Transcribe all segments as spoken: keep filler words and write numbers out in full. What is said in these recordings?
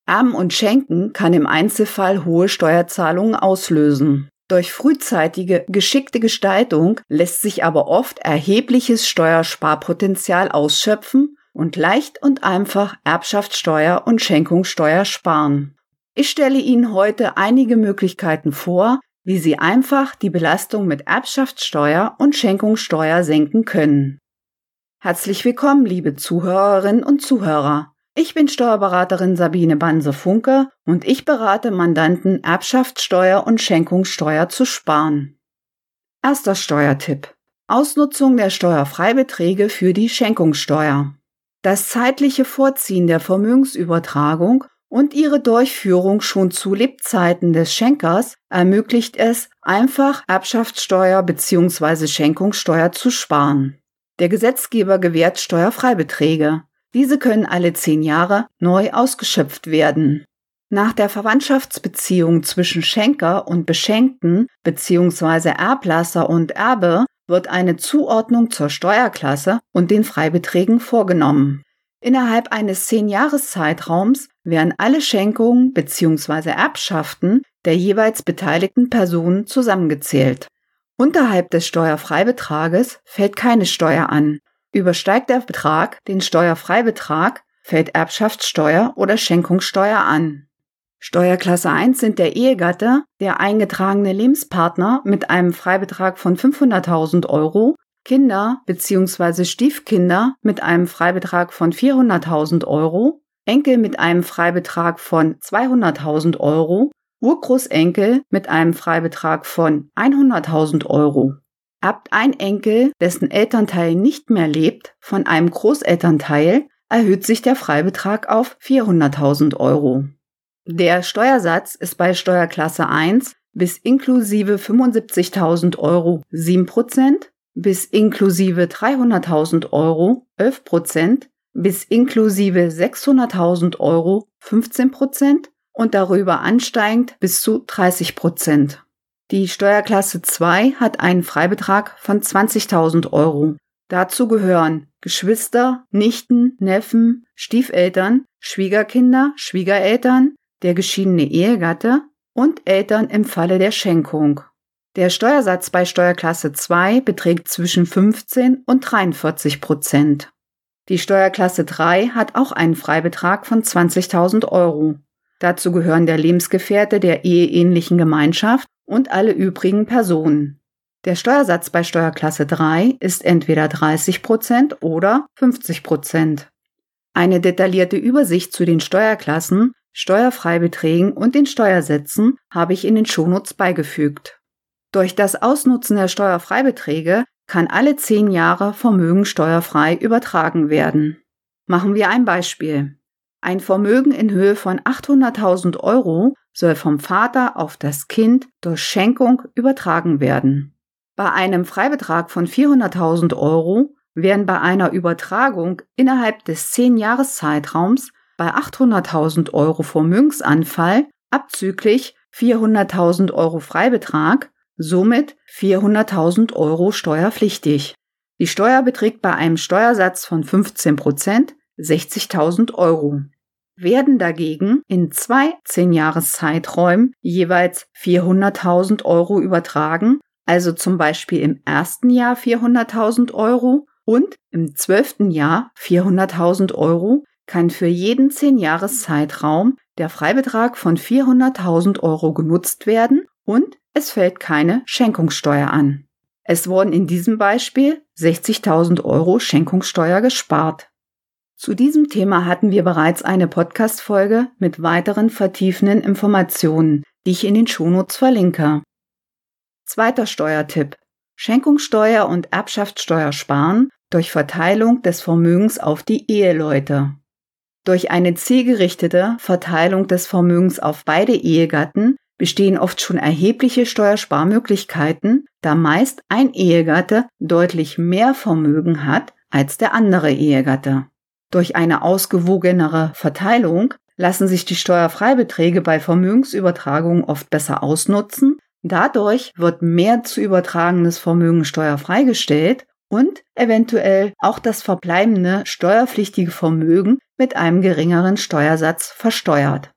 Erben und Schenken kann im Einzelfall hohe Steuerzahlungen auslösen. Durch frühzeitige, geschickte Gestaltung lässt sich aber oft erhebliches Steuersparpotenzial ausschöpfen und leicht und einfach Erbschaftssteuer und Schenkungssteuer sparen. Ich stelle Ihnen heute einige Möglichkeiten vor, wie Sie einfach die Belastung mit Erbschaftssteuer und Schenkungssteuer senken können. Herzlich willkommen, liebe Zuhörerinnen und Zuhörer. Ich bin Steuerberaterin Sabine Banse-Funke und ich berate Mandanten, Erbschaftssteuer und Schenkungssteuer zu sparen. Erster Steuertipp: Ausnutzung der Steuerfreibeträge für die Schenkungssteuer. Das zeitliche Vorziehen der Vermögensübertragung und ihre Durchführung schon zu Lebzeiten des Schenkers ermöglicht es, einfach Erbschaftssteuer bzw. Schenkungssteuer zu sparen. Der Gesetzgeber gewährt Steuerfreibeträge. Diese können alle zehn Jahre neu ausgeschöpft werden. Nach der Verwandtschaftsbeziehung zwischen Schenker und Beschenkten bzw. Erblasser und Erbe wird eine Zuordnung zur Steuerklasse und den Freibeträgen vorgenommen. Innerhalb eines zehn-Jahres-Zeitraums werden alle Schenkungen bzw. Erbschaften der jeweils beteiligten Personen zusammengezählt. Unterhalb des Steuerfreibetrages fällt keine Steuer an. Übersteigt der Betrag den Steuerfreibetrag, fällt Erbschaftssteuer oder Schenkungssteuer an. Steuerklasse eins sind der Ehegatte, der eingetragene Lebenspartner mit einem Freibetrag von fünfhunderttausend Euro, Kinder bzw. Stiefkinder mit einem Freibetrag von vierhunderttausend Euro, Enkel mit einem Freibetrag von zweihunderttausend Euro, Urgroßenkel mit einem Freibetrag von hunderttausend Euro. Erbt ein Enkel, dessen Elternteil nicht mehr lebt, von einem Großelternteil, erhöht sich der Freibetrag auf vierhunderttausend Euro. Der Steuersatz ist bei Steuerklasse eins bis inklusive fünfundsiebzigtausend Euro sieben Prozent, bis inklusive dreihunderttausend Euro elf Prozent, bis inklusive sechshunderttausend Euro fünfzehn Prozent und darüber ansteigend bis zu dreißig Prozent. Die Steuerklasse zwei hat einen Freibetrag von zwanzigtausend Euro. Dazu gehören Geschwister, Nichten, Neffen, Stiefeltern, Schwiegerkinder, Schwiegereltern, der geschiedene Ehegatte und Eltern im Falle der Schenkung. Der Steuersatz bei Steuerklasse zwei beträgt zwischen fünfzehn und dreiundvierzig Prozent. Die Steuerklasse drei hat auch einen Freibetrag von zwanzigtausend Euro. Dazu gehören der Lebensgefährte der eheähnlichen Gemeinschaft und alle übrigen Personen. Der Steuersatz bei Steuerklasse drei ist entweder dreißig Prozent oder fünfzig Prozent. Eine detaillierte Übersicht zu den Steuerklassen, Steuerfreibeträgen und den Steuersätzen habe ich in den Shownotes beigefügt. Durch das Ausnutzen der Steuerfreibeträge kann alle zehn Jahre Vermögen steuerfrei übertragen werden. Machen wir ein Beispiel. Ein Vermögen in Höhe von achthunderttausend Euro soll vom Vater auf das Kind durch Schenkung übertragen werden. Bei einem Freibetrag von vierhunderttausend Euro werden bei einer Übertragung innerhalb des zehn-Jahres-Zeitraums bei achthunderttausend Euro Vermögensanfall abzüglich vierhunderttausend Euro Freibetrag somit vierhunderttausend Euro steuerpflichtig. Die Steuer beträgt bei einem Steuersatz von fünfzehn Prozent sechzigtausend Euro. Werden dagegen in zwei zehn-Jahres-Zeiträumen jeweils vierhunderttausend Euro übertragen, also zum Beispiel im ersten Jahr vierhunderttausend Euro und im zwölften Jahr vierhunderttausend Euro, kann für jeden zehn-Jahres-Zeitraum der Freibetrag von vierhunderttausend Euro genutzt werden und es fällt keine Schenkungssteuer an. Es wurden in diesem Beispiel sechzigtausend Euro Schenkungssteuer gespart. Zu diesem Thema hatten wir bereits eine Podcast-Folge mit weiteren vertiefenden Informationen, die ich in den Shownotes verlinke. Zweiter Steuertipp: Schenkungssteuer und Erbschaftssteuer sparen durch Verteilung des Vermögens auf die Eheleute. Durch eine zielgerichtete Verteilung des Vermögens auf beide Ehegatten bestehen oft schon erhebliche Steuersparmöglichkeiten, da meist ein Ehegatte deutlich mehr Vermögen hat als der andere Ehegatte. Durch eine ausgewogenere Verteilung lassen sich die Steuerfreibeträge bei Vermögensübertragungen oft besser ausnutzen. Dadurch wird mehr zu übertragenes Vermögen steuerfrei gestellt und eventuell auch das verbleibende steuerpflichtige Vermögen mit einem geringeren Steuersatz versteuert.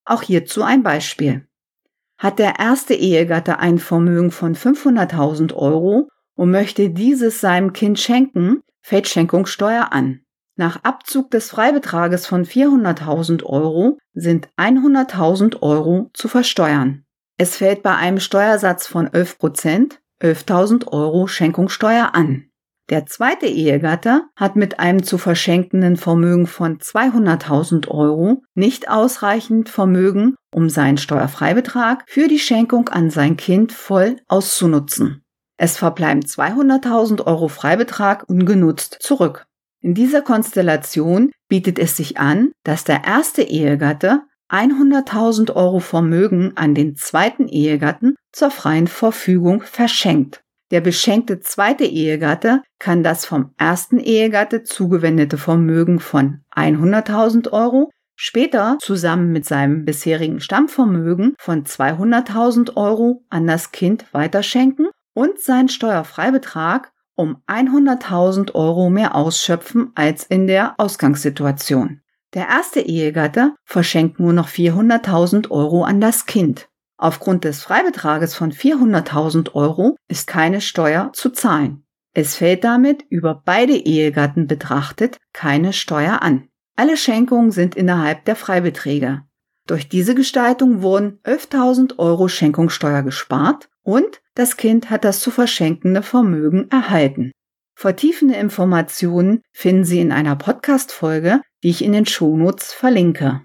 Auch hierzu ein Beispiel. Hat der erste Ehegatte ein Vermögen von fünfhunderttausend Euro und möchte dieses seinem Kind schenken, fällt Schenkungssteuer an. Nach Abzug des Freibetrages von vierhunderttausend Euro sind hunderttausend Euro zu versteuern. Es fällt bei einem Steuersatz von elf Prozent elftausend Euro Schenkungssteuer an. Der zweite Ehegatte hat mit einem zu verschenkenden Vermögen von zweihunderttausend Euro nicht ausreichend Vermögen, um seinen Steuerfreibetrag für die Schenkung an sein Kind voll auszunutzen. Es verbleiben zweihunderttausend Euro Freibetrag ungenutzt zurück. In dieser Konstellation bietet es sich an, dass der erste Ehegatte hunderttausend Euro Vermögen an den zweiten Ehegatten zur freien Verfügung verschenkt. Der beschenkte zweite Ehegatte kann das vom ersten Ehegatte zugewendete Vermögen von hunderttausend Euro später zusammen mit seinem bisherigen Stammvermögen von zweihunderttausend Euro an das Kind weiterschenken und seinen Steuerfreibetrag um hunderttausend Euro mehr ausschöpfen als in der Ausgangssituation. Der erste Ehegatte verschenkt nur noch vierhunderttausend Euro an das Kind. Aufgrund des Freibetrages von vierhunderttausend Euro ist keine Steuer zu zahlen. Es fällt damit über beide Ehegatten betrachtet keine Steuer an. Alle Schenkungen sind innerhalb der Freibeträge. Durch diese Gestaltung wurden elftausend Euro Schenkungssteuer gespart und das Kind hat das zu verschenkende Vermögen erhalten. Vertiefende Informationen finden Sie in einer Podcast-Folge, die ich in den Shownotes verlinke.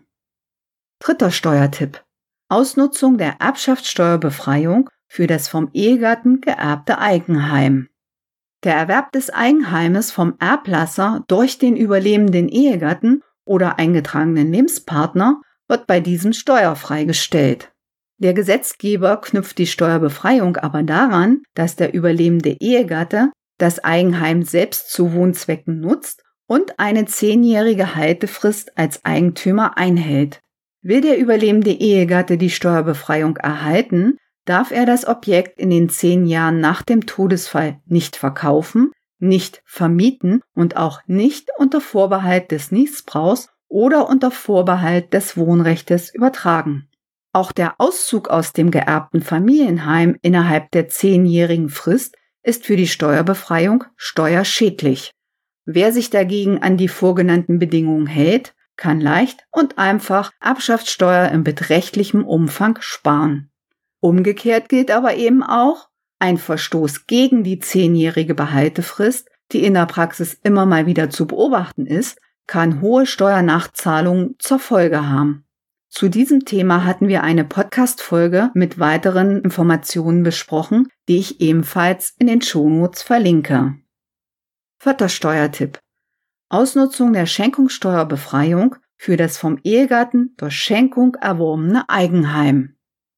Dritter Steuertipp: Ausnutzung der Erbschaftssteuerbefreiung für das vom Ehegatten geerbte Eigenheim. Der Erwerb des Eigenheimes vom Erblasser durch den überlebenden Ehegatten oder eingetragenen Lebenspartner wird bei diesem steuerfrei gestellt. Der Gesetzgeber knüpft die Steuerbefreiung aber daran, dass der überlebende Ehegatte das Eigenheim selbst zu Wohnzwecken nutzt und eine zehnjährige Haltefrist als Eigentümer einhält. Will der überlebende Ehegatte die Steuerbefreiung erhalten, darf er das Objekt in den zehn Jahren nach dem Todesfall nicht verkaufen, nicht vermieten und auch nicht unter Vorbehalt des Niesbrauchs oder unter Vorbehalt des Wohnrechtes übertragen. Auch der Auszug aus dem geerbten Familienheim innerhalb der zehnjährigen Frist ist für die Steuerbefreiung steuerschädlich. Wer sich dagegen an die vorgenannten Bedingungen hält, kann leicht und einfach Erbschaftssteuer in beträchtlichem Umfang sparen. Umgekehrt gilt aber eben auch, ein Verstoß gegen die zehnjährige Behaltefrist, die in der Praxis immer mal wieder zu beobachten ist, kann hohe Steuernachzahlungen zur Folge haben. Zu diesem Thema hatten wir eine Podcast-Folge mit weiteren Informationen besprochen, die ich ebenfalls in den Shownotes verlinke. Vierter Steuertipp: Ausnutzung der Schenkungssteuerbefreiung für das vom Ehegatten durch Schenkung erworbene Eigenheim.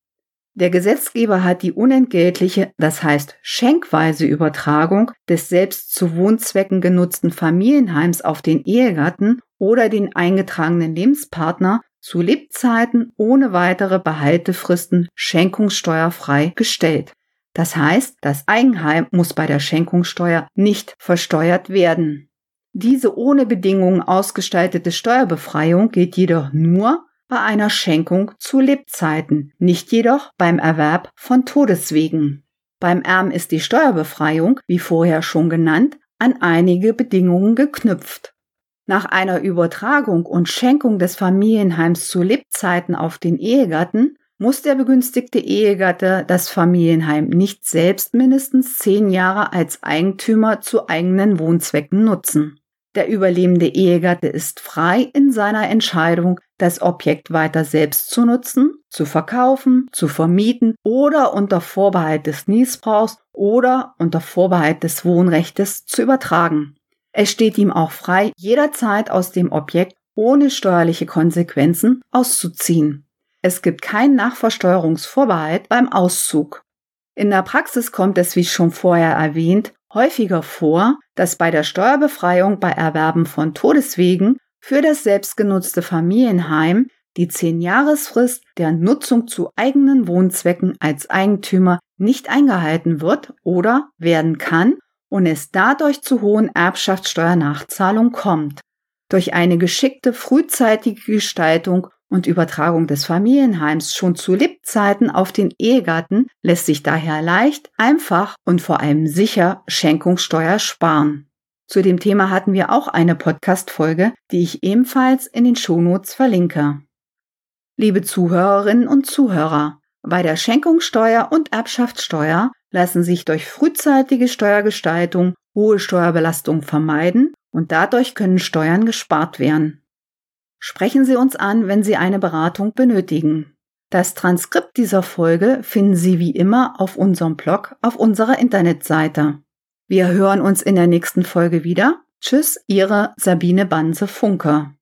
Der Gesetzgeber hat die unentgeltliche, das heißt schenkweise Übertragung des selbst zu Wohnzwecken genutzten Familienheims auf den Ehegatten oder den eingetragenen Lebenspartner zu Lebzeiten ohne weitere Behaltefristen schenkungssteuerfrei gestellt. Das heißt, das Eigenheim muss bei der Schenkungssteuer nicht versteuert werden. Diese ohne Bedingungen ausgestaltete Steuerbefreiung gilt jedoch nur bei einer Schenkung zu Lebzeiten, nicht jedoch beim Erwerb von Todeswegen. Beim Erben ist die Steuerbefreiung, wie vorher schon genannt, an einige Bedingungen geknüpft. Nach einer Übertragung und Schenkung des Familienheims zu Lebzeiten auf den Ehegatten muss der begünstigte Ehegatte das Familienheim nicht selbst mindestens zehn Jahre als Eigentümer zu eigenen Wohnzwecken nutzen. Der überlebende Ehegatte ist frei in seiner Entscheidung, das Objekt weiter selbst zu nutzen, zu verkaufen, zu vermieten oder unter Vorbehalt des Niesbrauchs oder unter Vorbehalt des Wohnrechtes zu übertragen. Es steht ihm auch frei, jederzeit aus dem Objekt ohne steuerliche Konsequenzen auszuziehen. Es gibt keinen Nachversteuerungsvorbehalt beim Auszug. In der Praxis kommt es, wie schon vorher erwähnt, häufiger vor, dass bei der Steuerbefreiung bei Erwerben von Todeswegen für das selbstgenutzte Familienheim die zehn-Jahresfrist der Nutzung zu eigenen Wohnzwecken als Eigentümer nicht eingehalten wird oder werden kann und es dadurch zu hohen Erbschaftssteuernachzahlungen kommt. Durch eine geschickte frühzeitige Gestaltung und Übertragung des Familienheims schon zu Lebzeiten auf den Ehegatten lässt sich daher leicht, einfach und vor allem sicher Schenkungssteuer sparen. Zu dem Thema hatten wir auch eine Podcast-Folge, die ich ebenfalls in den Shownotes verlinke. Liebe Zuhörerinnen und Zuhörer, bei der Schenkungssteuer und Erbschaftssteuer lassen sich durch frühzeitige Steuergestaltung hohe Steuerbelastungen vermeiden und dadurch können Steuern gespart werden. Sprechen Sie uns an, wenn Sie eine Beratung benötigen. Das Transkript dieser Folge finden Sie wie immer auf unserem Blog auf unserer Internetseite. Wir hören uns in der nächsten Folge wieder. Tschüss, Ihre Sabine Banse-Funke.